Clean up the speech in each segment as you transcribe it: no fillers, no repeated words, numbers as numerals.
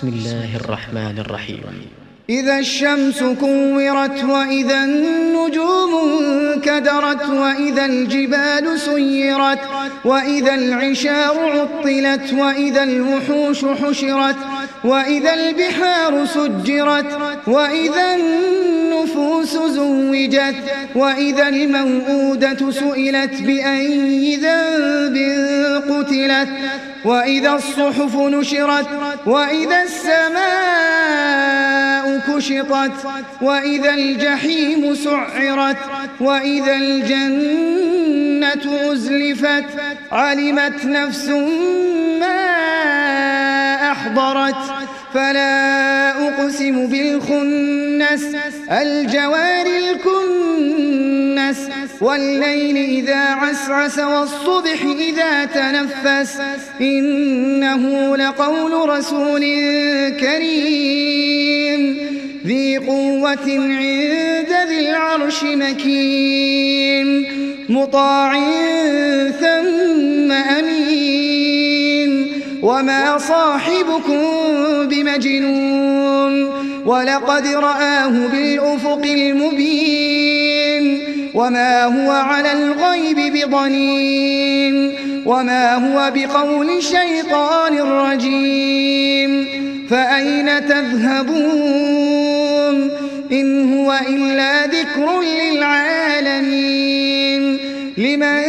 بسم الله الرحمن الرحيم. إذا الشمس كورت وإذا النجوم انكدرت وإذا الجبال سيرت وإذا العشار عطلت وإذا الوحوش حشرت وإذا البحار سجرت وإذا النفوس زوجت وإذا الموءودة سئلت بأي ذنب قتلت وإذا الصحف نشرت وإذا السماء كشطت وإذا الجحيم سعرت وإذا الجنة أزلفت علمت نفس ما أحضرت فلا أقسم بالخنس الجوار الكنس والليل إذا عسعس والصبح إذا تنفس إنه لقول رسول كريم ذي قوة عند ذي العرش مكين مطاع ثم أمين وما صاحبكم بمجنون ولقد رآه بالأفق المبين وما هو على الغيب بضنين وما هو بقول شيطان رجيم فأين تذهبون إن هو إلا ذكر للعالمين لمن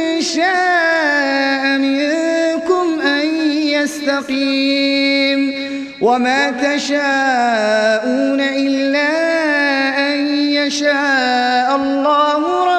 شاء منكم أن يستقيم وما تشاءون إلا أن يشاء الله